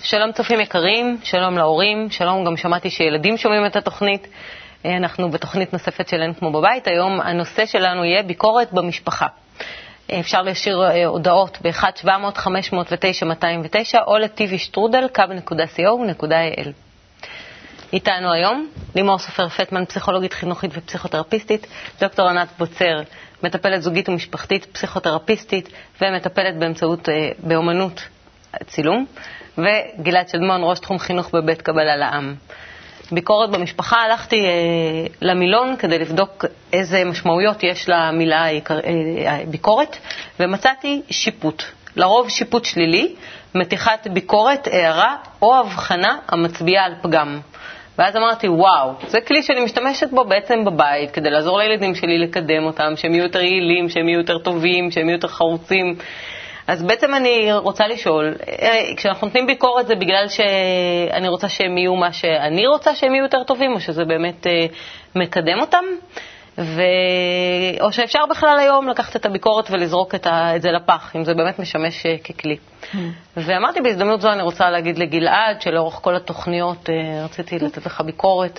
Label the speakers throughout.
Speaker 1: שלום צופים יקרים, שלום להורים, שלום, גם שמעתי שילדים שומעים את התוכנית. אנחנו בתוכנית נוספת שלנו כמו בבית. היום הנושא שלנו יהיה ביקורת במשפחה. אפשר להשאיר הודעות ב-1-700-509-209 או ל-tvstrudel.co.il. איתנו היום לימור סופר פטמן, פסיכולוגית חינוכית ופסיכותרפיסטית, דוקטור ענת בוצר, מטפלת זוגית ומשפחתית, פסיכותרפיסטית ומטפלת באומנות צילום, וגלעד שדמון, ראש תחום חינוך בבית קבלה לעם. ביקורת במשפחה, הלכתי למילון כדי לבדוק איזה משמעויות יש למילה ביקורת, ומצאתי שיפוט. לרוב שיפוט שלילי, מתיחת ביקורת, הערה או הבחנה המצביעה על פגם. ואז אמרתי, וואו, זה כלי שאני משתמשת בו בעצם בבית, כדי לעזור לילדים שלי לקדם אותם, שהם יהיו יותר יעילים, שהם יהיו יותר טובים, שהם יהיו יותר חרוצים. אז בעצם אני רוצה לשאול, כשאנחנו נותנים ביקורת זה בגלל שאני רוצה שהם יהיו מה שאני רוצה שהם יהיו יותר טובים, או שזה באמת מקדם אותם? או שאפשר בכלל היום לקחת את הביקורת ולזרוק את זה לפח, אם זה באמת משמש ככלי. ואמרתי בהזדמנות זו אני רוצה להגיד לגלעד שלאורך כל התוכניות רציתי לתת לך ביקורת.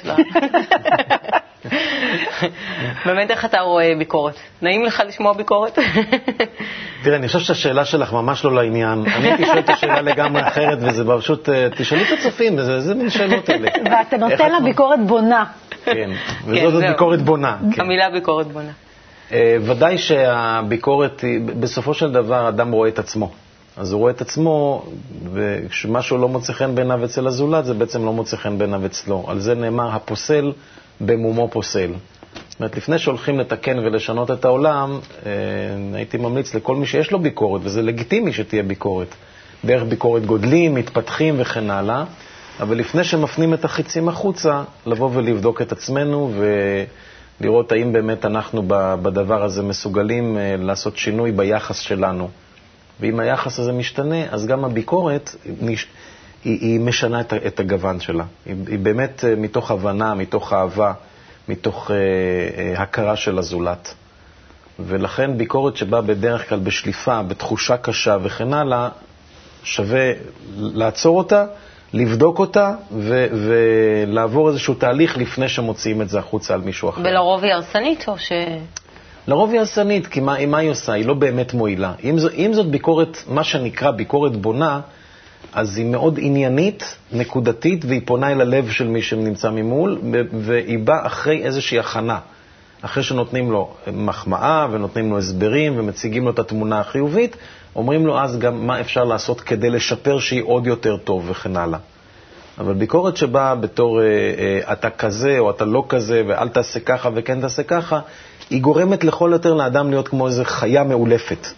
Speaker 1: באמת איך אתה רואה ביקורת? נעים לך לשמוע ביקורת?
Speaker 2: תראה, אני חושב שהשאלה שלך ממש לא לעניין. אני הייתי שואל את השאלה לגמרי אחרת, וזה פשוט, תשאלי את הצופים, זה מין שאלות האלה.
Speaker 3: ואתה נותן לה ביקורת בונה.
Speaker 2: כן, וזאת ביקורת בונה.
Speaker 1: המילה ביקורת בונה.
Speaker 2: ודאי שהביקורת, בסופו של דבר, אדם רואה את עצמו. אז הוא רואה את עצמו, וכשמשהו לא מוצא חן בעיניו אצל הזולת, זה בעצם לא מוצא חן בעיניו אצלו. על זה נאמר, הפוסל במומו פוסל. זאת אומרת, לפני שהולכים לתקן ולשנות את העולם, הייתי ממליץ לכל מי שיש לו ביקורת, וזה לגיטימי שתהיה ביקורת. דרך ביקורת גודלים, מתפתחים וכן הלאה, אבל לפני שמפנים את החיצים החוצה, לבוא ולבדוק את עצמנו ולראות האם באמת אנחנו בדבר הזה מסוגלים לעשות שינוי ביחס שלנו. ואם היחס הזה משתנה, אז גם הביקורת היא משנה את הגוון שלה. היא באמת מתוך הבנה, מתוך אהבה, מתוך הכרה של הזולת. ולכן ביקורת שבאה בדרך כלל בשליפה, בתחושה קשה וכן הלאה, שווה לעצור אותה, לבדוק אותה ולעבור איזשהו תהליך לפני שמוציאים את זה החוצה על מישהו אחר.
Speaker 1: ולרוב היא הרסנית או ש...
Speaker 2: לרוב היא הרסנית, כי מה היא עושה? היא לא באמת מועילה. אם זאת ביקורת, מה שנקרא ביקורת בונה, אז היא מאוד עניינית, נקודתית, והיא פונה אל הלב של מי שנמצא ממול, והיא באה אחרי איזושהי הכנה. אחרי שנותנים לו מחמאה ונותנים לו הסברים ומציגים לו את התמונה החיובית, אומרים לו אז גם מה אפשר לעשות כדי לשפר שהיא עוד יותר טוב וכן הלאה. אבל ביקורת שבאה בתור אתה כזה או אתה לא כזה ואל תעשה ככה וכן תעשה ככה, היא גורמת לכל יותר לאדם להיות כמו איזו חיה מאולפת,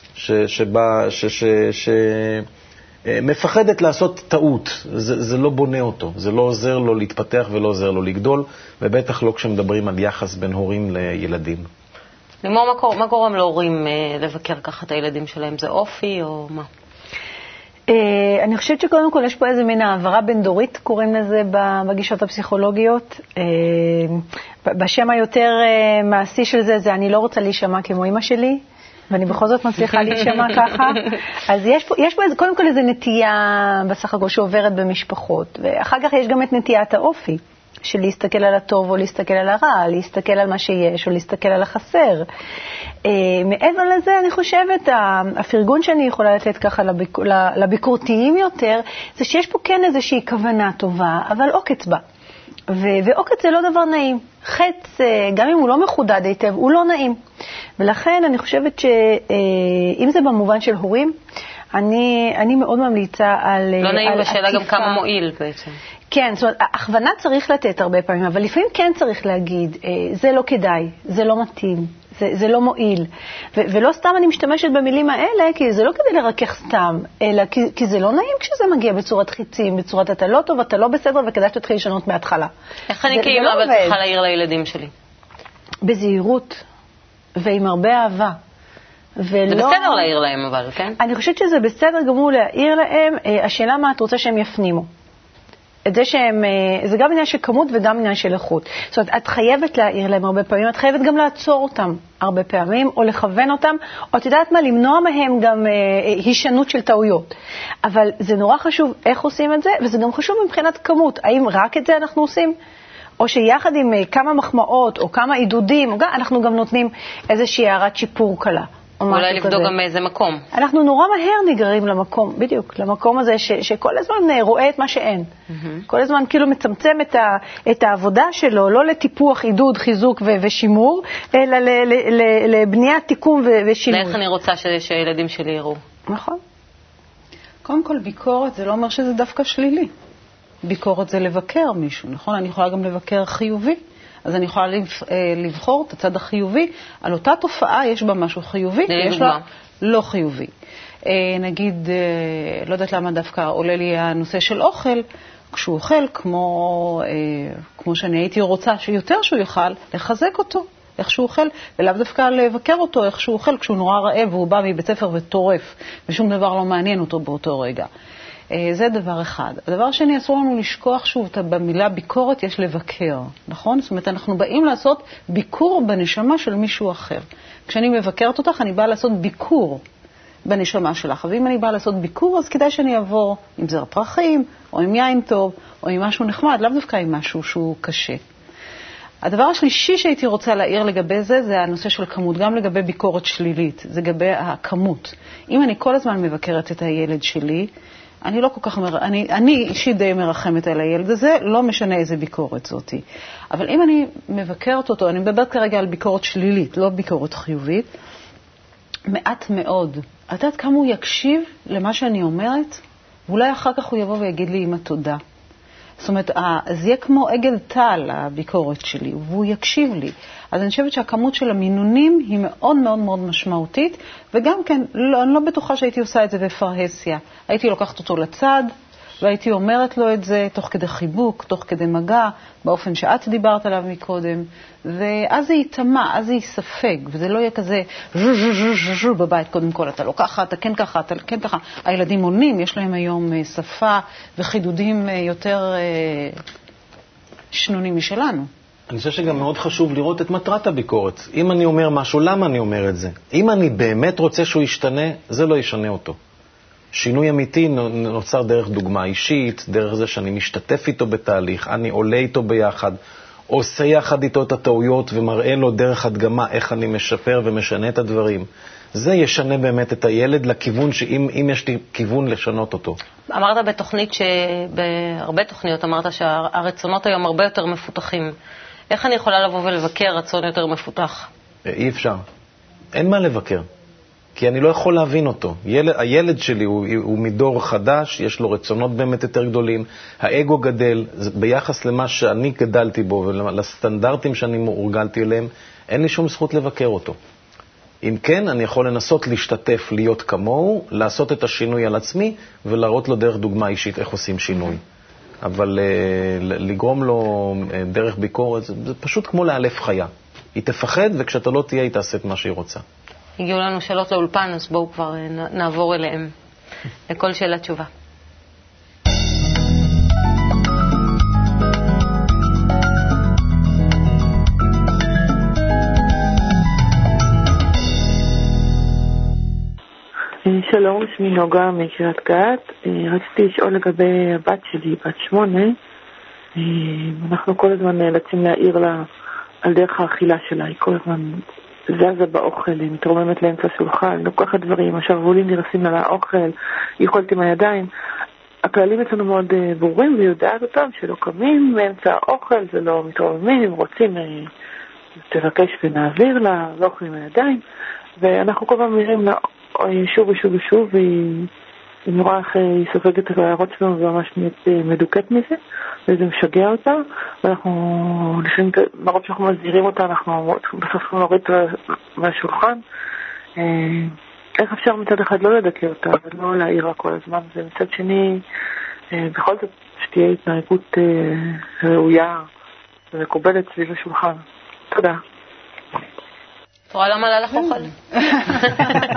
Speaker 2: מפחדת לעשות טעות. זה לא בונה אותו, זה לא עוזר לו להתפתח ולא עוזר לו לגדול, ובטח לא כשמדברים על יחס בין הורים לילדים.
Speaker 1: לימור, מה גורם להורים לבקר ככה את הילדים שלהם? זה אופי או מה?
Speaker 3: אני חושבת שקודם כל יש פה איזה מין העברה בין דורית, קוראים לזה בגישות הפסיכולוגיות. בשם היותר מעשי של זה אני לא רוצה להישמע כמו אמא שלי, ואני בכל זאת מצליחה להישמע ככה. אז יש פה קודם כל איזו נטייה בסך הכל שעוברת במשפחות, ואחר כך יש גם את נטיית האופי, של להסתכל על הטוב או להסתכל על הרע, להסתכל על מה שיש או להסתכל על החסר. מעבר לזה, אני חושבת, הפרגון שאני יכולה לתת ככה לביקורתיים יותר, זה שיש פה כן איזושהי כוונה טובה, אבל עוקץ בה. ועוקץ זה לא דבר נעים. חץ, גם אם הוא לא מחודד היטב, הוא לא נעים. ולכן אני חושבת שאם זה במובן של הורים, אני מאוד ממליצה על...
Speaker 1: לא נעים בשאלה גם כמה מועיל בעצם.
Speaker 3: כן, זאת אומרת, הכוונה צריך לתת הרבה פעמים, אבל לפעמים כן צריך להגיד, זה לא כדאי, זה לא מתאים, זה לא מועיל. ולא סתם אני משתמשת במילים האלה, כי זה לא כדי לרכך סתם, אלא כי זה לא נעים כשזה מגיע בצורת חיצים, בצורת אתה לא טוב, אתה לא בסדר, וכדאי שתתחיל לשנות מההתחלה.
Speaker 1: איך אני כאמא אבל צריכה להעיר לילדים שלי?
Speaker 3: בזהירות, ועם הרבה אהבה.
Speaker 1: זה בסדר להעיר להם אבל, כן?
Speaker 3: אני חושבת שזה בסדר גמור להעיר להם, השאלה מה את רוצה שהם יפנימו. את זה שהם, זה גם עניין של כמות וגם עניין של איכות. זאת אומרת, את חייבת להעיר להם הרבה פעמים, את חייבת גם לעצור אותם הרבה פעמים, או לכוון אותם, או את יודעת מה, למנוע מהם גם הישנות של טעויות. אבל זה נורא חשוב איך עושים את זה, וזה גם חשוב מבחינת כמות. האם רק את זה אנחנו עושים? או שיחד עם כמה מחמאות, או כמה עידודים, אנחנו גם נותנים איזושהי הערת שיפור קלה.
Speaker 1: אולי לבדוק גם מאיזה מקום.
Speaker 3: אנחנו נורא מהר נגררים למקום, בדיוק, למקום הזה שכל הזמן רואה את מה שאין. כל הזמן כאילו מצמצם את העבודה שלו, לא לטיפוח, עידוד, חיזוק ושימור, אלא לבניית תיקום ושינוי.
Speaker 1: לאיך אני רוצה שהילדים שלי יראו.
Speaker 3: נכון.
Speaker 4: קודם כל, ביקורת זה לא אומר שזה דווקא שלילי. ביקורת זה לבקר מישהו, נכון? אני יכולה גם לבקר חיובי. אז אני יכולה לבחור את הצד החיובי. על אותה תופעה יש בה משהו חיובי, ויש לה לא חיובי. נגיד, לא יודעת למה דווקא עולה לי הנושא של אוכל, כשהוא אוכל, כמו שאני הייתי רוצה שיותר שהוא יאכל, לחזק אותו, איך שהוא אוכל, ולאו דווקא לבקר אותו, איך שהוא אוכל, כשהוא נורא רעב והוא בא מבית ספר וטורף, ושום דבר לא מעניין אותו באותו רגע. זה דבר אחד. הדבר השני, אסור לנו לשכוח שוב, במילה ביקורת יש לבקר, נכון? זאת אומרת, אנחנו באים לעשות ביקור בנשמה של מישהו אחר. כשאני מבקרת אותך, אני באה לעשות ביקור בנשמה שלך. ואם אני באה לעשות ביקור, אז כדאי שאני אעבור עם זר פרחים, או עם יין טוב, או עם משהו נחמד, לאו דווקא עם משהו שהוא קשה. הדבר השלישי שהייתי רוצה להעיר לגבי זה, זה הנושא של כמות, גם לגבי ביקורת שלילית, זה לגבי הכמות. אם אני כל הזמן מבקרת את הילד שלי, אני לא כל כך, אני אישית די מרחמת על הילד הזה, לא משנה איזה ביקורת זאתי. אבל אם אני מבקרת אותו, אני מדברת כרגע על ביקורת שלילית, לא ביקורת חיובית, מעט מאוד. את יודעת כמה הוא יקשיב למה שאני אומרת? ואולי אחר כך הוא יבוא ויגיד לי אמא תודה. זאת אומרת, זה יהיה כמו עגל טל, הביקורת שלי, והוא יקשיב לי. אז אני חושבת שהכמות של המינונים היא מאוד מאוד מאוד משמעותית, וגם כן, אני לא בטוחה שהייתי עושה את זה בפרהסיה. הייתי לוקחת אותו לצד, והייתי אומרת לו את זה תוך כדי חיבוק, תוך כדי מגע, באופן שאת דיברת עליו מקודם, ואז זה יתמה, אז זה יספג, וזה לא יהיה כזה בבית קודם כל, אתה לא ככה, אתה כן ככה, אתה כן ככה. הילדים עונים, יש להם היום שפה וחידודים יותר שנונים משלנו.
Speaker 2: אני חושב שגם מאוד חשוב לראות את מטרת הביקורת. אם אני אומר משהו, למה אני אומר את זה? אם אני באמת רוצה שהוא ישתנה, זה לא ישנה אותו. שינוי אמיתי נוצר דרך דוגמה אישית, דרך זה שאני משתתף איתו בתהליך, אני עולה איתו ביחד, עושה יחד איתו את הטעויות ומראה לו דרך הדגמה איך אני משפר ומשנה את הדברים. זה ישנה באמת את הילד לכיוון שאם יש לי כיוון לשנות אותו.
Speaker 1: אמרת בתוכנית בהרבה תוכניות אמרת שהרצונות היום הרבה יותר מפותחים. איך אני יכולה לבוא ולבקר רצון יותר מפותח?
Speaker 2: אי אפשר. אין מה לבקר. כי אני לא יכול להבין אותו. הילד שלי הוא מדור חדש, יש לו רצונות באמת יותר גדולים, האגו גדל, ביחס למה שאני גדלתי בו ולסטנדרטים שאני הורגלתי אליהם, אין לי שום זכות לבקר אותו. אם כן, אני יכול לנסות להשתתף, להיות כמוהו, לעשות את השינוי על עצמי ולהראות לו דרך דוגמה אישית איך עושים שינוי. אבל לגרום לו דרך ביקורת, זה פשוט כמו לאלף חיה. היא תפחד וכשאתה לא תהיה, היא תעשה את מה שהיא רוצה.
Speaker 1: הגיעו לנו שאלות לאולפן, אז בואו כבר נעבור אליהם. לכל שאלה תשובה.
Speaker 5: שלום, שמי נוגה מקריית גת. רציתי לשאול לגבי הבת שלי, בת 8. אנחנו כל הזמן נאלצים להעיר לה על דרך האכילה שלה. היא כל הזמן זזה באוכל, היא מתרוממת לאמצע שולחן, לוקחת דברים, השרוולים נרסים על האוכל, היא יכולת עם הידיים. הכללים אצלנו מאוד ברורים, והיא יודעת אותם שלא קמים באמצע האוכל, זה לא מתרוממים, אם רוצים תבקש ונעביר לה, לא אוכלים הידיים, ואנחנו כל פעם מראים לה שוב ושוב ושוב, והיא נורא איך היא סופגת את ההערות שלנו וממש מדוקת מזה, וזה משגע אותה, ואנחנו לפעמים, מרוב שאנחנו מזהירים אותה, אנחנו בסוף נוריד מהשולחן. איך אפשר מצד אחד לא לדכא אותה, ולא להעיר לה כל הזמן, ומצד שני, בכל זאת שתהיה התנהגות ראויה ומקובלת סביב השולחן. תודה.
Speaker 1: תראה למה לה לך אוכל.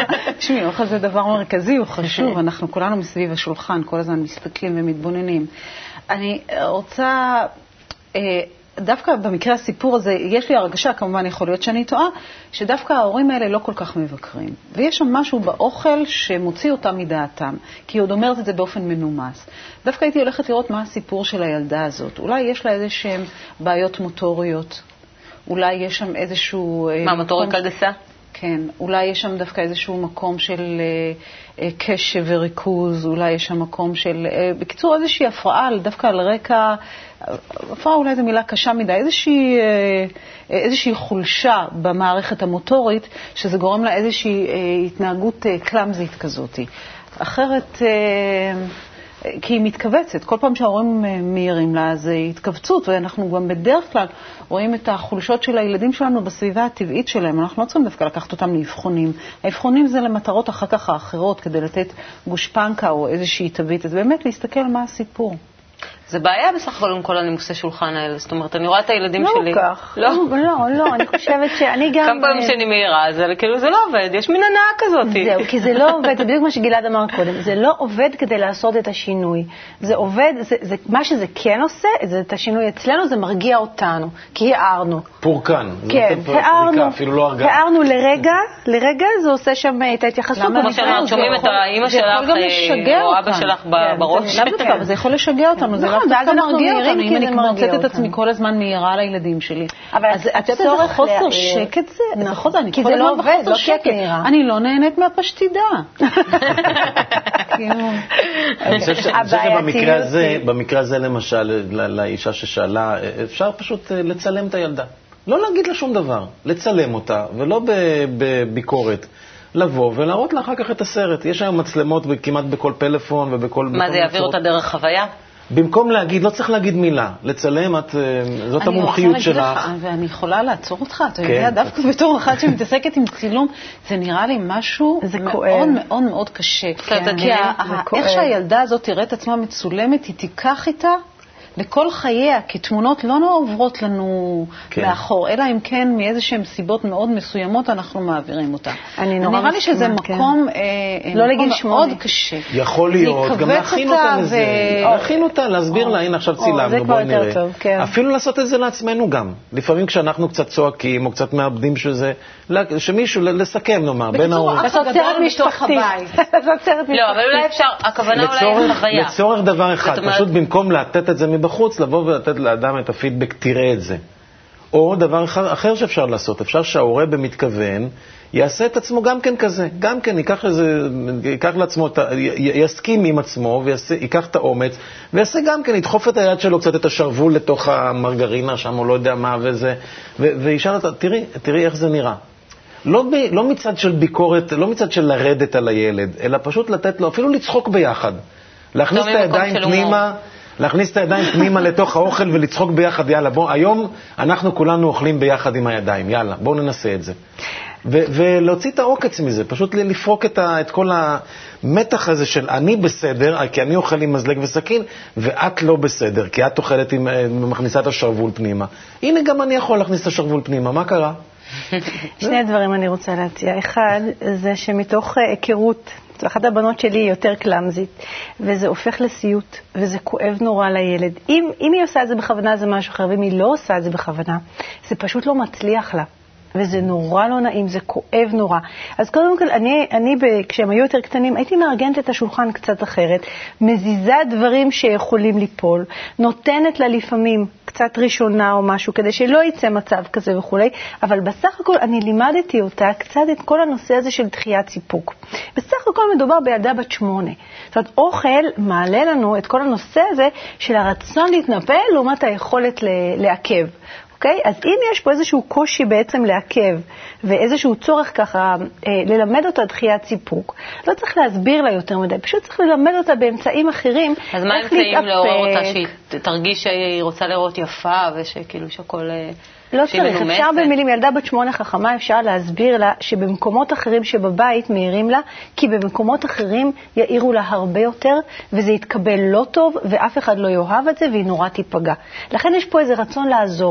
Speaker 4: תשמעי, אוכל זה דבר מרכזי, הוא חשוב, אנחנו כולנו מסביב השולחן, כל הזמן מסתכלים ומתבוננים. אני רוצה, דווקא במקרה הסיפור הזה, יש לי הרגשה, כמובן יכול להיות שאני טועה, שדווקא ההורים האלה לא כל כך מבקרים. ויש שם משהו באוכל שמוציא אותם מדעתם, כי היא עוד אומרת את זה באופן מנומס. דווקא הייתי הולכת לראות מה הסיפור של הילדה הזאת. אולי יש לה איזשהם בעיות מוטוריות, אולי יש שם איזשהו...
Speaker 1: מה, מוטוריקה דסה?
Speaker 4: כן, אולי יש שם דווקא איזשהו מקום של קשב וריכוז, אולי יש שם מקום של... בקיצור, איזושהי הפרעה, דווקא על רקע... הפרעה אולי זו מילה קשה מדי, איזושהי חולשה במערכת המוטורית, שזה גורם לה איזושהי התנהגות קלאמזית כזאת. אחרת... כי היא מתכווצת. כל פעם שההורים מהירים לה, זה התכווצות, ואנחנו גם בדרך כלל רואים את החולשות של הילדים שלנו בסביבה הטבעית שלהם. אנחנו לא צריכים דווקא לקחת אותם לאבחונים. האבחונים זה למטרות אחר כך האחרות, כדי לתת גושפנקה או איזושהי תווית. אז באמת להסתכל מה הסיפור.
Speaker 1: זה בעיה בסך הכל עם כל הנימוסי שולחן האלה. זאת אומרת, אני רואה את הילדים שלי.
Speaker 3: לא כך. לא, אני חושבת שאני גם...
Speaker 1: כמה פעמים שאני מהירה, כאילו זה לא עובד, יש מין הנאה כזאת.
Speaker 3: זהו, כי זה לא עובד, זה בדיוק מה שגלעד אמר קודם, זה לא עובד כדי לעשות את השינוי. זה עובד, מה שזה כן עושה, את השינוי אצלנו, זה מרגיע אותנו, כי הערנו.
Speaker 2: פורקן.
Speaker 3: כן, הערנו.
Speaker 2: אפילו לא הרגע.
Speaker 3: הערנו לרגע, זה עושה שם את ההתייחסות.
Speaker 1: כמו שאמרת, שומעים את האמא שלך או אבא שלך בראש.
Speaker 4: זה יכול לשגע אותנו, זה ואז אנחנו מהירים, אם אני מוצאת את עצמי כל הזמן מהירה לילדים שלי.
Speaker 3: אבל
Speaker 4: את יודעת איזה חוסר שקט זה?
Speaker 3: נכון, כי זה לא עובד, לא שקט מהירה.
Speaker 4: אני לא נהנית מהפשטידה.
Speaker 2: אני חושב שבמקרה הזה למשל, לאישה ששאלה, אפשר פשוט לצלם את הילדה. לא להגיד לה שום דבר, לצלם אותה, ולא בביקורת. לבוא ולהראות לה אחר כך את הסרט. יש היום מצלמות כמעט בכל פלאפון ובכל...
Speaker 1: מה זה יעביר אותה דרך חוויה?
Speaker 2: במקום להגיד, לא צריך להגיד מילה, לצלם, זאת המומחיות שלך.
Speaker 4: ואני יכולה לעצור אותך, אתה יודע, דווקא בתור אחת שמתעסקת עם צילום, זה נראה לי משהו מאוד מאוד מאוד קשה. כי איך שהילדה הזאת תראה את עצמה מצולמת, היא תיקח איתה לכל חייה, כי תמונות לא עוברות לנו מאחור, אלא אם כן מאיזשהם סיבות מאוד מסוימות אנחנו מעבירים אותה. נראה לי שזה מקום מאוד קשה.
Speaker 2: יכול להיות, גם להכין אותה לזה, להכין אותה, להסביר לה, הנה עכשיו צילמנו, בואי נראה. אפילו לעשות את זה לעצמנו גם. לפעמים כשאנחנו קצת צועקים או קצת מאבדים שמישהו, לסכם נאמר, בין ההורים.
Speaker 3: לעשות סרט משפחתי.
Speaker 1: לא, אבל אולי אפשר, הכוונה אולי לחוויה.
Speaker 2: לצורך דבר אחד, פשוט במקום לתת את זה בחוץ, לבוא ולתת לאדם את הפידבק, תראה את זה. או דבר אחר שאפשר לעשות, אפשר שההורה במתכוון יעשה את עצמו גם כן כזה, גם כן ייקח לעצמו, יסכים עם עצמו ויקח את האומץ, ויעשה גם כן, ידחוף את היד שלו קצת את השרוול לתוך המרגרינה שם, הוא לא יודע מה וזה, וישאל אותה, תראי איך זה נראה. לא מצד של ביקורת, לא מצד של לרדת על הילד, אלא פשוט לתת לו, אפילו לצחוק ביחד. להכניס את הידיים פנימה, להכניס את הידיים פנימה לתוך האוכל ולצחוק ביחד, יאללה, היום אנחנו כולנו אוכלים ביחד עם הידיים, יאללה, בואו ננסה את זה. ולהוציא את העוקץ מזה, פשוט לפרוק את כל המתח הזה של אני בסדר, כי אני אוכל עם מזלג וסכין, ואת לא בסדר, כי את אוכלת ומכניסה את השרוול פנימה. הנה גם אני יכול להכניס את השרוול פנימה, מה קרה?
Speaker 3: שני דברים אני רוצה להציע. אחד, זה שמתוך היכרות, אחת הבנות שלי היא יותר קלאמזית, וזה הופך לסיוט, וזה כואב נורא לילד. אם היא עושה את זה בכוונה זה משהו אחר, ואם היא לא עושה את זה בכוונה, זה פשוט לא מצליח לה. וזה נורא לא נעים, זה כואב נורא. אז קודם כל, כשהם היו יותר קטנים, הייתי מארגנת את השולחן קצת אחרת, מזיזה דברים שיכולים ליפול, נותנת לה לפעמים קצת ראשונה או משהו, כדי שלא יצא מצב כזה וכו'. אבל בסך הכל אני לימדתי אותה קצת את כל הנושא הזה של דחיית סיפוק. בסך הכל מדובר בילדה בת 8. זאת אומרת, אוכל מעלה לנו את כל הנושא הזה של הרצון להתנפל לעומת היכולת לעכב. אז אם יש פה איזשהו קושי בעצם לעכב, ואיזשהו צורך ככה ללמד אותה דחיית סיפוק, לא צריך להסביר לה יותר מדי, פשוט צריך ללמד אותה באמצעים אחרים.
Speaker 1: אז מה האמצעים לעורר אותה שהיא תרגיש שהיא רוצה לראות יפה, ושכאילו שהכל...
Speaker 3: לא צריך, אפשר במילים, ילדה בת 8 חכמה, אפשר להסביר לה שבמקומות אחרים שבבית מעירים לה, כי במקומות אחרים יעירו לה הרבה יותר, וזה יתקבל לא טוב, ואף אחד לא יאהב את זה, והיא נורא תיפגע. לכן יש פה איזה רצון לעזור לה,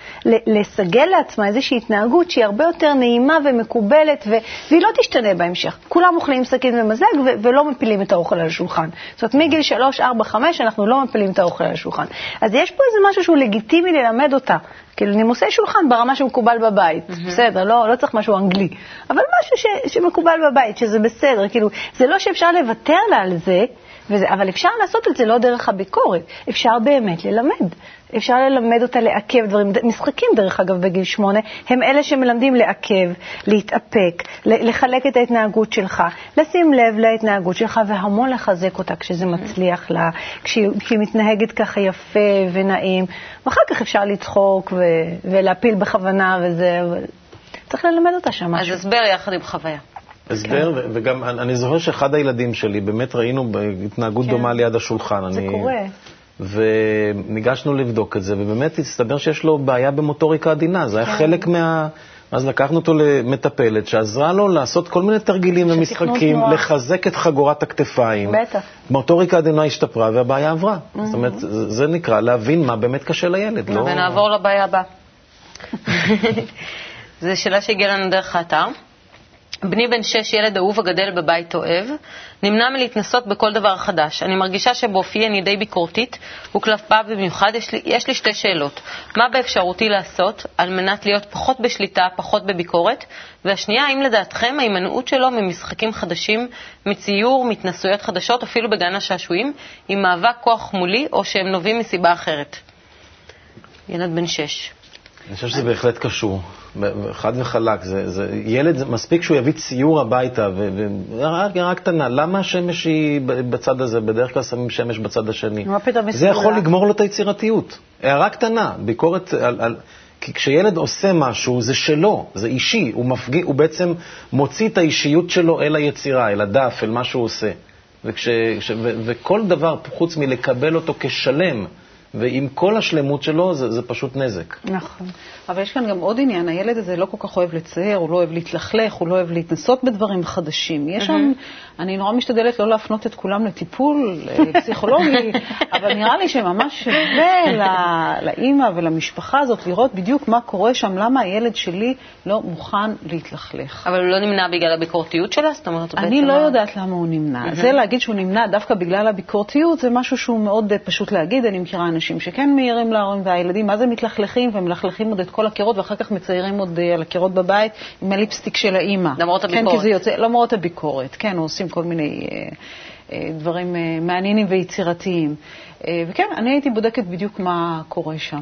Speaker 3: לסגל לעצמה איזושהי התנהגות שהיא הרבה יותר נעימה ומקובלת, והיא לא תשתנה בהמשך. כולם אוכלים סכין ומזלג ולא מפילים את האוכל על השולחן. זאת אומרת, מגיל 3, 4, 5 אנחנו לא מפילים את האוכל על השולחן. אז יש פה איזה משהו שהוא לגיטימי ללמד אותה. כאילו נימוסי שולחן ברמה שמקובל בבית. בסדר, לא צריך משהו אנגלי. אבל משהו שמקובל בבית, שזה בסדר. כאילו, זה לא שאפשר לוותר לה על זה, אבל אפשר לעשות את זה לא דרך הביקורת. אפשר באמת ללמד. אפשר ללמד אותה לעכב דברים. משחקים, דרך אגב, בגיל 8, הם אלה שמלמדים לעכב, להתאפק, לחלק את ההתנהגות שלך, לשים לב להתנהגות שלך, והמון לחזק אותה כשזה מצליח לה, כשהיא מתנהגת ככה יפה ונעים. ואחר כך אפשר לצחוק ולהפיל בכוונה וזה. צריך ללמד אותה שם משהו.
Speaker 1: אז הסבר יחד עם חוויה.
Speaker 2: הסבר, וגם אני זוכר שאחד הילדים שלי, באמת ראינו בהתנהגות דומה ליד השולחן.
Speaker 3: זה קורה.
Speaker 2: וניגשנו לבדוק את זה, ובאמת הסתבר שיש לו בעיה במוטוריקה עדינה. זה היה חלק אז לקחנו אותו למטפלת, שעזרה לו לעשות כל מיני תרגילים ומשחקים, לחזק את חגורת הכתפיים.
Speaker 3: בטח.
Speaker 2: מוטוריקה עדינה השתפרה והבעיה עברה. זאת אומרת, זה נקרא להבין מה באמת קשה לילד.
Speaker 1: ונעבור לבעיה הבאה. זו שאלה שהגיעה לנו דרך האתר. בני בן 6, ילד אהוב הגדל בבית אוהב, נמנע מלהתנסות בכל דבר חדש. אני מרגישה שבאופי אני די ביקורתית, וכלפיו במיוחד יש לי שתי שאלות. מה באפשרותי לעשות על מנת להיות פחות בשליטה, פחות בביקורת? והשנייה, האם לדעתכם ההימנעות שלו ממשחקים חדשים, מציור, מתנסויות חדשות, אפילו בגן השעשועים, היא מאבק כוח מולי או שהם נובעים מסיבה אחרת? ילד בן 6.
Speaker 2: אני חושב שזה בהחלט קשור. חד וחלק, ילד, מספיק שהוא יביא ציור הביתה, ורק קטנה, למה השמש היא בצד הזה? בדרך כלל שמים שמש בצד השני. זה יכול לגמור לו את היצירתיות. הערה קטנה, ביקורת כי כשילד עושה משהו, זה שלו, זה אישי, הוא בעצם מוציא את האישיות שלו אל היצירה, אל הדף, אל מה שהוא עושה. וכל דבר, חוץ מלקבל אותו כשלם, ועם כל השלמות שלו, זה פשוט נזק.
Speaker 4: נכון. אבל יש כאן גם עוד עניין, הילד הזה לא כל כך אוהב לצייר, הוא לא אוהב להתלכלך, הוא לא אוהב להתנסות בדברים חדשים. יש שם, אני נורא משתדלת לא להפנות את כולם לטיפול פסיכולוגי, אבל נראה לי שממש שווה לאמא ולמשפחה הזאת לראות בדיוק מה קורה שם, למה הילד שלי לא מוכן להתלכלך.
Speaker 1: אבל הוא לא נמנע בגלל הביקורתיות שלה? זאת אומרת,
Speaker 4: אני לא יודעת למה הוא נמנע. זה להגיד שהוא נמנע דווקא בגלל הביקורתיות, זה משהו שהוא מאוד פשוט להגיד. אני מכירה אנשים שכן מהירים להורים, והילדים מה זה מתלכלכים, ומלכלכים עוד את כל הקירות, ואחר כך מציירים עוד על הקירות בבית עם הליפסטיק של האמא.
Speaker 1: למרות הביקורת.
Speaker 4: כן, כי זה יוצא, למרות הביקורת, כן, עושים כל מיני דברים מעניינים ויצירתיים. וכן, אני הייתי בודקת בדיוק מה קורה שם.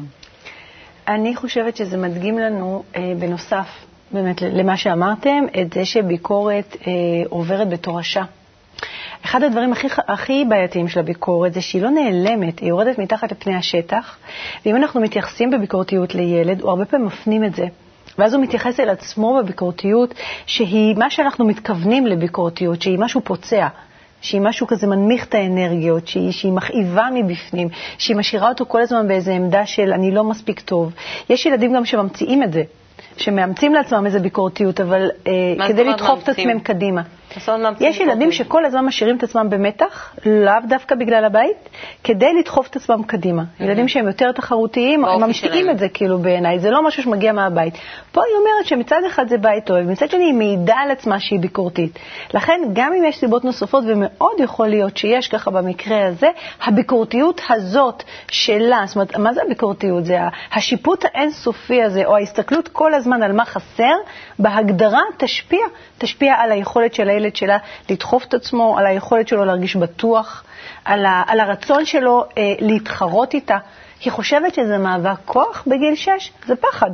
Speaker 3: אני חושבת שזה מדגים לנו, בנוסף, באמת, למה שאמרתם, את זה שביקורת עוברת בתורשה. אחד הדברים הכי בעייתיים של הביקורת זה שהיא לא נעלמת, היא יורדת מתחת לפני השטח, ואם אנחנו מתייחסים בביקורתיות לילד, הוא הרבה פעמים מפנים את זה. ואז הוא מתייחס אל עצמו בביקורתיות, שהיא מה שאנחנו מתכוונים לביקורתיות, שהיא משהו פוצע, שהיא משהו כזה מנמיך את האנרגיות, שהיא מכאיבה מבפנים, שהיא משאירה אותו כל הזמן באיזו עמדה של אני לא מספיק טוב. יש ילדים גם שממציאים את זה, שמאמצים לעצמם איזו ביקורתיות, אבל כדי לדחוף את עצמם קדימה. יש ילדים שכל הזמן משאירים את עצמם במתח, לאו דווקא בגלל הבית, כדי לדחוף את עצמם קדימה. ילדים שהם יותר תחרותיים, הם ממשיכים את זה כאילו בעיניי, זה לא משהו שמגיע מהבית. פה היא אומרת שמצד אחד זה בית טוב, מצד שני היא מעידה על עצמה שהיא ביקורתית. לכן גם אם יש סיבות נוספות, ומאוד יכול להיות שיש ככה במקרה הזה, הביקורתיות הזאת שלה, זאת אומרת, מה זה הביקורתיות? זה השיפוט האינסופי הזה, או ההסתכלות כל הזמן על מה חסר, בהגדרה תשפיע על היכולת של הילד שלה לדחוף את עצמו, על היכולת שלו להרגיש בטוח, על הרצון שלו להתחרות איתה. היא חושבת שזה מאבק כוח בגיל 6, זה פחד.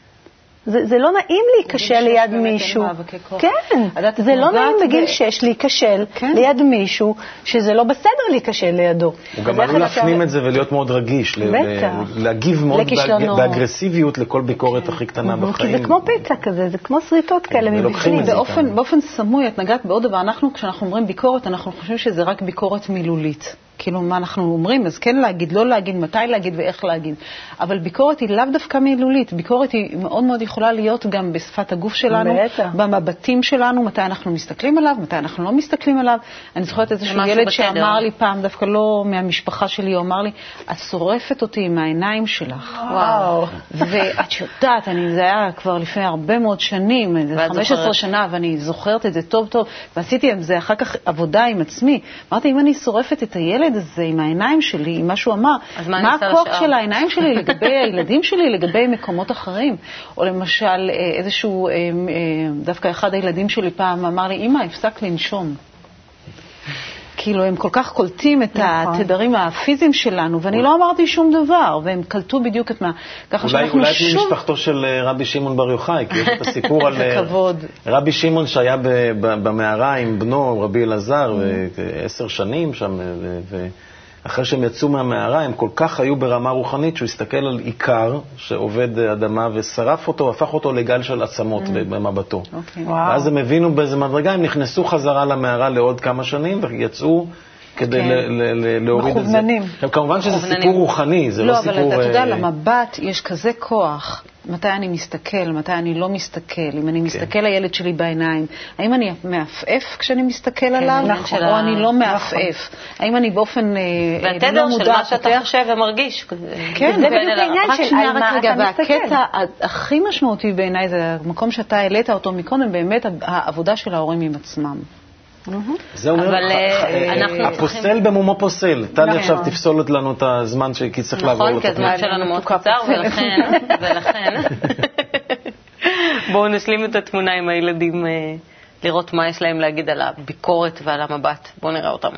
Speaker 3: זה לא נעים להיקשל ליד מישהו. כן, זה לא נעים בגיל 6 להיקשל ליד מישהו שזה לא בסדר להיקשל לידו.
Speaker 2: הוא גם עלול להפנים את זה ולהיות מאוד רגיש, להגיב מאוד באגרסיביות לכל ביקורת הכי קטנה בחיים.
Speaker 3: זה כמו פצע כזה, זה כמו שריטות כאלה מבפנים.
Speaker 4: באופן סמוי, את נגעת בעוד דבר, כשאנחנו אומרים ביקורת, אנחנו חושבים שזה רק ביקורת מילולית. כאילו מה אנחנו אומרים, אז כן להגיד, לא להגיד, מתי להגיד ואיך להגיד. אבל ביקורת היא לאו דווקא מילולית, ביקורת היא מאוד מאוד יכולה להיות גם בשפת הגוף שלנו, במבטים שלנו, מתי אנחנו מסתכלים עליו, מתי אנחנו לא מסתכלים עליו. אני זוכרת איזשהו ילד שאמר לי פעם, דווקא לא מהמשפחה שלי, הוא אמר לי, את שורפת אותי עם העיניים שלך.
Speaker 3: וואו.
Speaker 4: ואת יודעת, זה היה כבר לפני הרבה מאוד שנים, 15 שנה, ואני זוכרת את זה טוב טוב, ועשיתי עם זה אחר כך עבודה עם עצמי. אמרתי, אם אני שורפת את הילד הזה עם העיניים שלי, עם מה שהוא אמר, מה הכוח של העיניים שלי לגבי הילדים שלי, לגבי מקומות אחרים? או למשל, איזשהו, דווקא אחד הילדים שלי פעם אמר לי, אמא, הפסק לנשום. כאילו, הם כל כך קולטים את התדרים הפיזיים שלנו, ואני לא אמרתי שום דבר, והם קלטו בדיוק את מה.
Speaker 2: אולי את ממשפחתו של רבי שמעון בר יוחאי, כי יש את הסיפור על רבי שמעון שהיה במערה עם בנו, רבי אלעזר, 10 שנים שם, ואחרי שהם יצאו מהמערה, הם כל כך היו ברמה רוחנית, שהוא הסתכל על עיקר שעובד אדמה, ושרף אותו, הפך אותו לגל של עצמות במבטו. ואז הם הבינו באיזה מדרגה, הם נכנסו חזרה למערה לעוד כמה שנים, ויצאו כדי להוריד את זה. כמובן שזה סיפור רוחני, זה לא סיפור...
Speaker 4: לא, אבל אתה יודע, למבט יש כזה כוח, מתי אני מסתכל, מתי אני לא מסתכל, אם אני מסתכל לילד שלי בעיניים, האם אני מעפעף כשאני מסתכל עליו, או אני לא מעפעף? האם אני באופן
Speaker 1: והתדר של מה שאתה חושב ומרגיש.
Speaker 4: כן, זה בדיוק העניין של על מה אתה מסתכל. והקטע הכי משמעותי בעיניי זה המקום שאתה העלית אותו מקודם, באמת העבודה של ההורים עם עצמם.
Speaker 2: זה אומר, הפוסל במומו פוסל. טלי עכשיו תפסול לנו את הזמן כי צריך לעבור
Speaker 1: נכון, כי הזמן שלנו מאוד קצר, ולכן בואו נשלים את התמונה עם הילדים, לראות מה יש להם להגיד על הביקורת ועל המבט. בואו נראה אותם.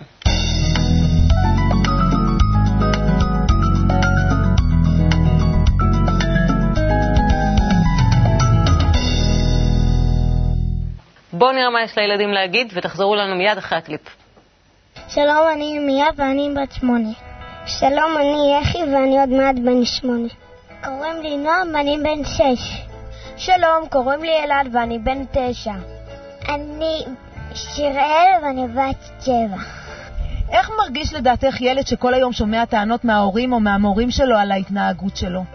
Speaker 1: בואו נראה מה יש לילדים להגיד, ותחזרו לנו מיד אחרי הקליפ.
Speaker 6: שלום, אני מיה ואני בת 8. שלום, אני יחי ואני עוד מעט בן 8. קוראים לי נועם ואני בן 6.
Speaker 7: שלום, קוראים לי אלעד ואני בן 9.
Speaker 6: אני שיראל ואני בת 7.
Speaker 7: איך מרגיש לדעתך ילד שכל היום שומע טענות מההורים או מהמורים שלו על ההתנהגות שלו?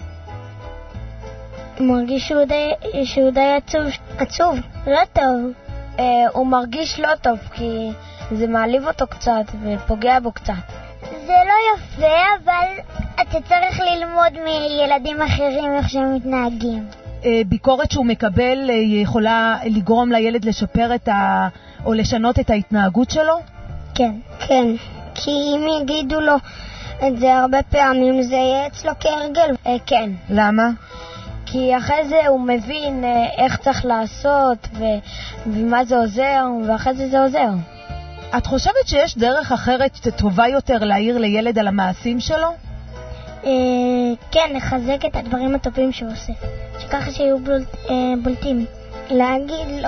Speaker 6: מרגיש שהוא די עצוב, לא טוב.
Speaker 7: הוא מרגיש לא טוב כי זה מעליב אותו קצת ופוגע בו קצת.
Speaker 6: זה לא יפה, אבל אתה צריך ללמוד מילדים אחרים איך שהם מתנהגים.
Speaker 7: ביקורת שהוא מקבל יכולה לגרום לילד לשפר או לשנות את ההתנהגות שלו?
Speaker 6: כן. כי אם יגידו לו את זה הרבה פעמים, זה יהיה אצלו כהרגל.
Speaker 7: כן. למה?
Speaker 6: כי אחרי זה הוא מבין איך צריך לעשות ומה זה עוזר, ואחרי זה עוזר.
Speaker 7: את חושבת שיש דרך אחרת טובה יותר להעיר לילד על המעשים שלו?
Speaker 6: כן, לחזק את הדברים הטובים שהוא עושה, שככה שיהיו בולטים. להגיד לו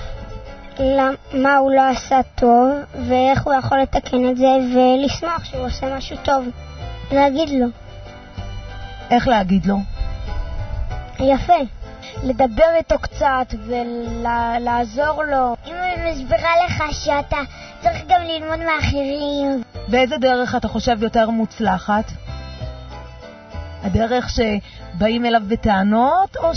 Speaker 6: מה הוא לא עשה טוב ואיך הוא יכול לתקן את זה, ולשמוח שהוא עושה משהו טוב. להגיד לו.
Speaker 7: איך להגיד לו?
Speaker 6: יפה. לדבר איתו קצת ולעזור לו. אם אני מסבירה לך שאתה צריך גם ללמוד מאחרים.
Speaker 7: באיזה דרך אתה חושב יותר מוצלחת? הדרך שבאים אליו בטענות, או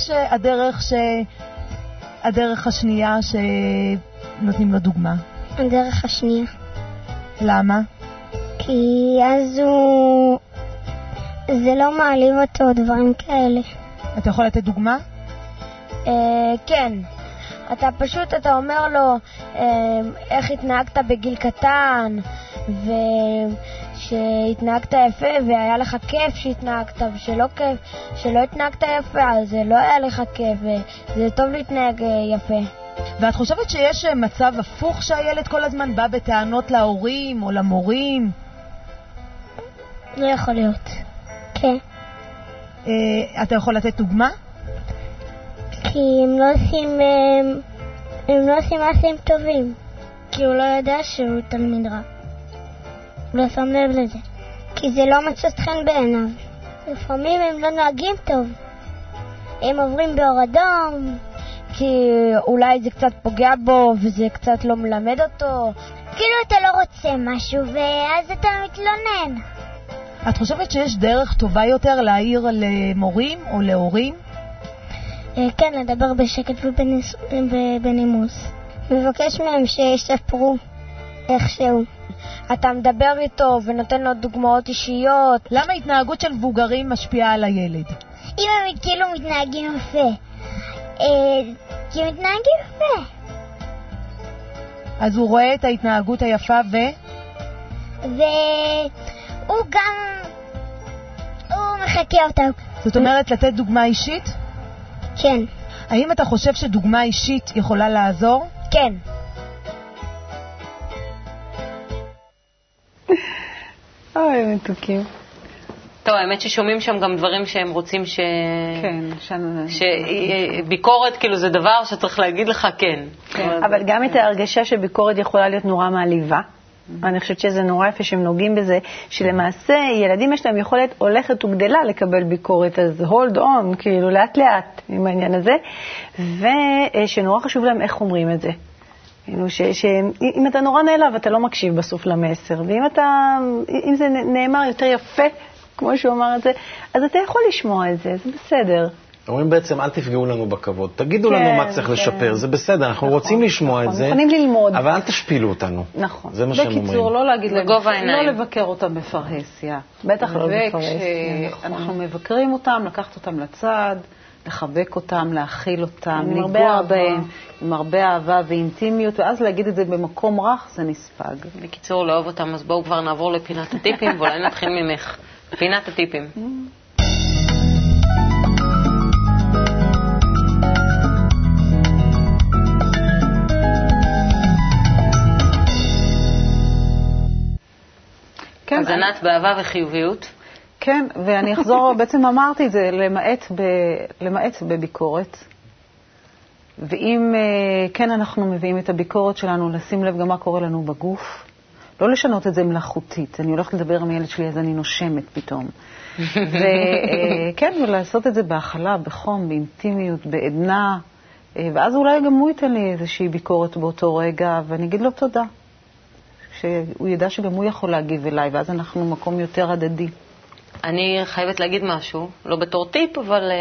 Speaker 7: הדרך השנייה שנותנים לו דוגמה?
Speaker 6: הדרך השנייה.
Speaker 7: למה?
Speaker 6: כי אז זה לא מעליב אותו, דברים כאלה.
Speaker 7: אתה יכול לתת דוגמה?
Speaker 6: כן. אתה אומר לו איך התנהגת בגיל קטן, ושהתנהגת יפה והיה לך כיף שהתנהגת, שלא התנהגת יפה, אז זה לא היה לך כיף, וזה טוב להתנהג יפה.
Speaker 7: ואת חושבת שיש מצב הפוך שהילד כל הזמן בא בטענות להורים או למורים?
Speaker 6: לא יכול להיות. כן.
Speaker 7: אתה יכול לתת דוגמה?
Speaker 6: כי הם לא עושים מעשים טובים. כי הוא לא יודע שהוא תלמיד רע. הוא לא שם לב לזה. כי זה לא מצא חן בעיניו. לפעמים הם לא נוהגים טוב. הם עוברים באור אדום, כי אולי זה קצת פוגע בו וזה קצת לא מלמד אותו. כאילו אתה לא רוצה משהו ואז אתה מתלונן.
Speaker 7: את חושבת שיש דרך טובה יותר להעיר למורים או להורים?
Speaker 6: כן, לדבר בשקט ובנימוס. מבקש מהם שישפרו איכשהו. אתה מדבר איתו ונותן לו דוגמאות אישיות.
Speaker 7: למה התנהגות של מבוגרים משפיעה על הילד?
Speaker 6: אם הם כאילו מתנהגים יפה. כי הם מתנהגים יפה.
Speaker 7: אז הוא רואה את ההתנהגות היפה
Speaker 6: והוא גם... הוא מחכה אותה.
Speaker 7: זאת אומרת לתת דוגמה אישית?
Speaker 6: כן.
Speaker 7: האם אתה חושב שדוגמה אישית יכולה לעזור?
Speaker 6: כן.
Speaker 3: אוי, מתוקים.
Speaker 1: טוב, האמת ששומעים שם גם דברים שהם רוצים
Speaker 4: כן,
Speaker 1: שביקורת כאילו זה דבר שצריך להגיד לך כן.
Speaker 3: אבל גם את ההרגשה שביקורת יכולה להיות נורא מעליבה. אני חושבת שזה נורא יפה שהם נוגעים בזה, שלמעשה ילדים יש להם יכולת הולכת וגדלה לקבל ביקורת, אז hold on, כאילו לאט לאט עם העניין הזה, ושנורא חשוב להם איך אומרים את זה. שאם אתה נורא נעלב, אתה לא מקשיב בסוף למסר, ואם זה נאמר יותר יפה, כמו שהוא אמר את זה, אז אתה יכול לשמוע את זה, זה בסדר.
Speaker 2: אומרים בעצם, אל תפגעו לנו בכבוד, תגידו לנו מה צריך לשפר, זה בסדר, אנחנו רוצים לשמוע את זה,
Speaker 3: מוכנים ללמוד.
Speaker 2: אבל אל תשפילו אותנו.
Speaker 3: נכון.
Speaker 2: זה מה שהם אומרים.
Speaker 4: בקיצור, לא להגיד להם,
Speaker 1: לא
Speaker 4: לבקר אותם בפרהסיה.
Speaker 3: בטח לא בפרהסיה.
Speaker 4: וכשאנחנו מבקרים אותם, לקחת אותם לצד, לחבק אותם, להכיל אותם, לגוע בהם, עם הרבה אהבה ואינטימיות, ואז להגיד את זה במקום רך, זה נספג.
Speaker 1: בקיצור, לאהוב אותם, אז בואו כבר נעבור לפינת הטיפים, ואולי נתחיל ממך. פינת הטיפים. אז ענת באהבה וחיוביות.
Speaker 4: כן, ואני אחזור, בעצם אמרתי את זה, למעט בביקורת. ואם כן אנחנו מביאים את הביקורת שלנו, לשים לב גם מה קורה לנו בגוף, לא לשנות את זה מלאכותית. אני הולכת לדבר עם הילד שלי, אז אני נושמת פתאום. וכן, ולעשות את זה בהכלה, בחום, באינטימיות, בעדנה, ואז אולי גם הוא ייתן לי איזושהי ביקורת באותו רגע, ואני אגיד לו תודה. שהוא ידע שגם הוא יכול להגיב אליי, ואז אנחנו מקום יותר הדדי.
Speaker 1: אני חייבת להגיד משהו, לא בתור טיפ, אבל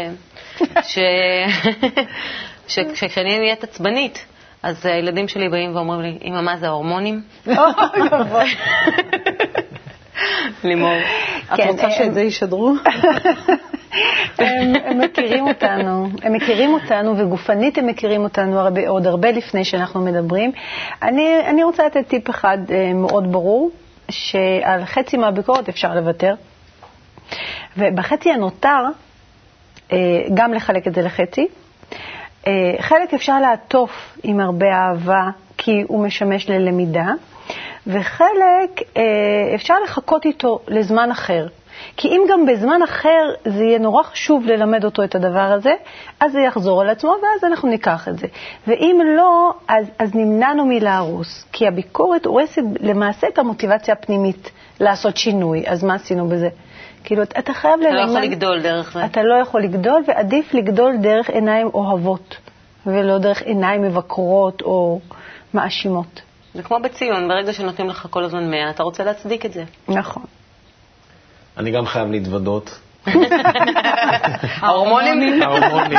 Speaker 1: כשאני נהיית עצבנית, אז הילדים שלי באים ואומרים לי, אמא, מה זה ההורמונים? לימור.
Speaker 4: את רוצה שאת זה ישדרו?
Speaker 3: הם מכירים אותנו, וגופנית הם מכירים אותנו עוד הרבה לפני שאנחנו מדברים. אני רוצה לתת טיפ אחד מאוד ברור, שעל חצי מהביקורת אפשר לוותר, ובחצי הנותר, גם לחלק את זה לחצי. חלק אפשר לעטוף עם הרבה אהבה, כי הוא משמש ללמידה, וחלק אפשר לחכות איתו לזמן אחר. כי אם גם בזמן אחר זה יהיה נורא חשוב ללמד אותו את הדבר הזה, אז זה יחזור על עצמו, ואז אנחנו ניקח את זה. ואם לא, אז נמנענו מלהרוס, כי הביקורת הורסת למעשה את המוטיבציה הפנימית לעשות שינוי. אז מה עשינו בזה? כאילו, אתה חייב
Speaker 1: אתה לא יכול לגדול דרך זה.
Speaker 3: אתה לא יכול לגדול, ועדיף לגדול דרך עיניים אוהבות, ולא דרך עיניים מבקרות או מאשימות.
Speaker 1: זה כמו בציון, ברגע שנותנים לך כל הזמן 100, אתה רוצה להצדיק את זה.
Speaker 3: נכון.
Speaker 2: אני גם חייב להתוודות.
Speaker 1: ההורמונים?
Speaker 2: ההורמונים.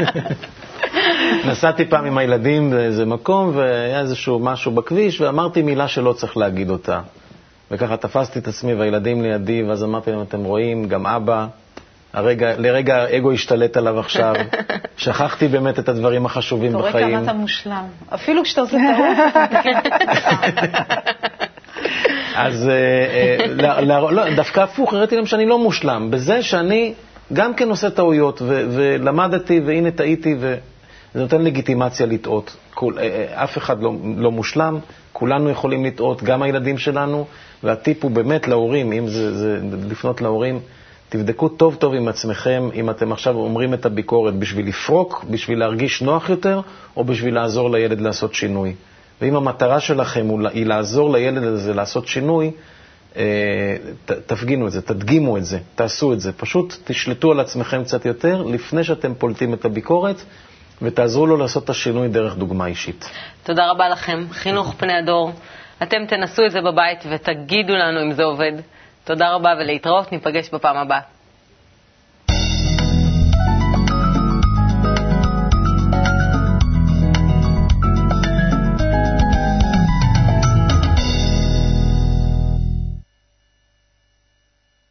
Speaker 2: נסעתי פעם עם הילדים באיזה מקום, והיה איזשהו משהו בכביש, ואמרתי מילה שלא צריך להגיד אותה. וככה תפסתי את עצמי והילדים לידי, ואז אמרתי להם, אתם רואים, גם אבא, לרגע האגו השתלט עליו עכשיו, שכחתי באמת את הדברים החשובים בחיים.
Speaker 4: אתה רואה כמה אתה מושלם, אפילו כשאתה עושה טעות.
Speaker 2: אז דווקא הפוך, הראיתי להם שאני לא מושלם, בזה שאני גם כן עושה טעויות, ולמדתי, והנה טעיתי, וזה נותן לגיטימציה לטעות. אף אחד לא מושלם, כולנו יכולים לטעות, גם הילדים שלנו, והטיפ הוא באמת להורים, אם זה לפנות להורים, תבדקו טוב טוב עם עצמכם, אם אתם עכשיו אומרים את הביקורת בשביל לפרוק, בשביל להרגיש נוח יותר, או בשביל לעזור לילד לעשות שינוי. ואם המטרה שלכם היא לעזור לילד הזה לעשות שינוי, תפגינו את זה, תדגימו את זה, תעשו את זה. פשוט תשלטו על עצמכם קצת יותר, לפני שאתם פולטים את הביקורת, ותעזרו לו לעשות את השינוי דרך דוגמה אישית.
Speaker 1: תודה רבה לכם. חינוך פני הדור. אתם תנסו את זה בבית ותגידו לנו אם זה עובד. תודה רבה ולהתראות, ניפגש בפעם הבאה.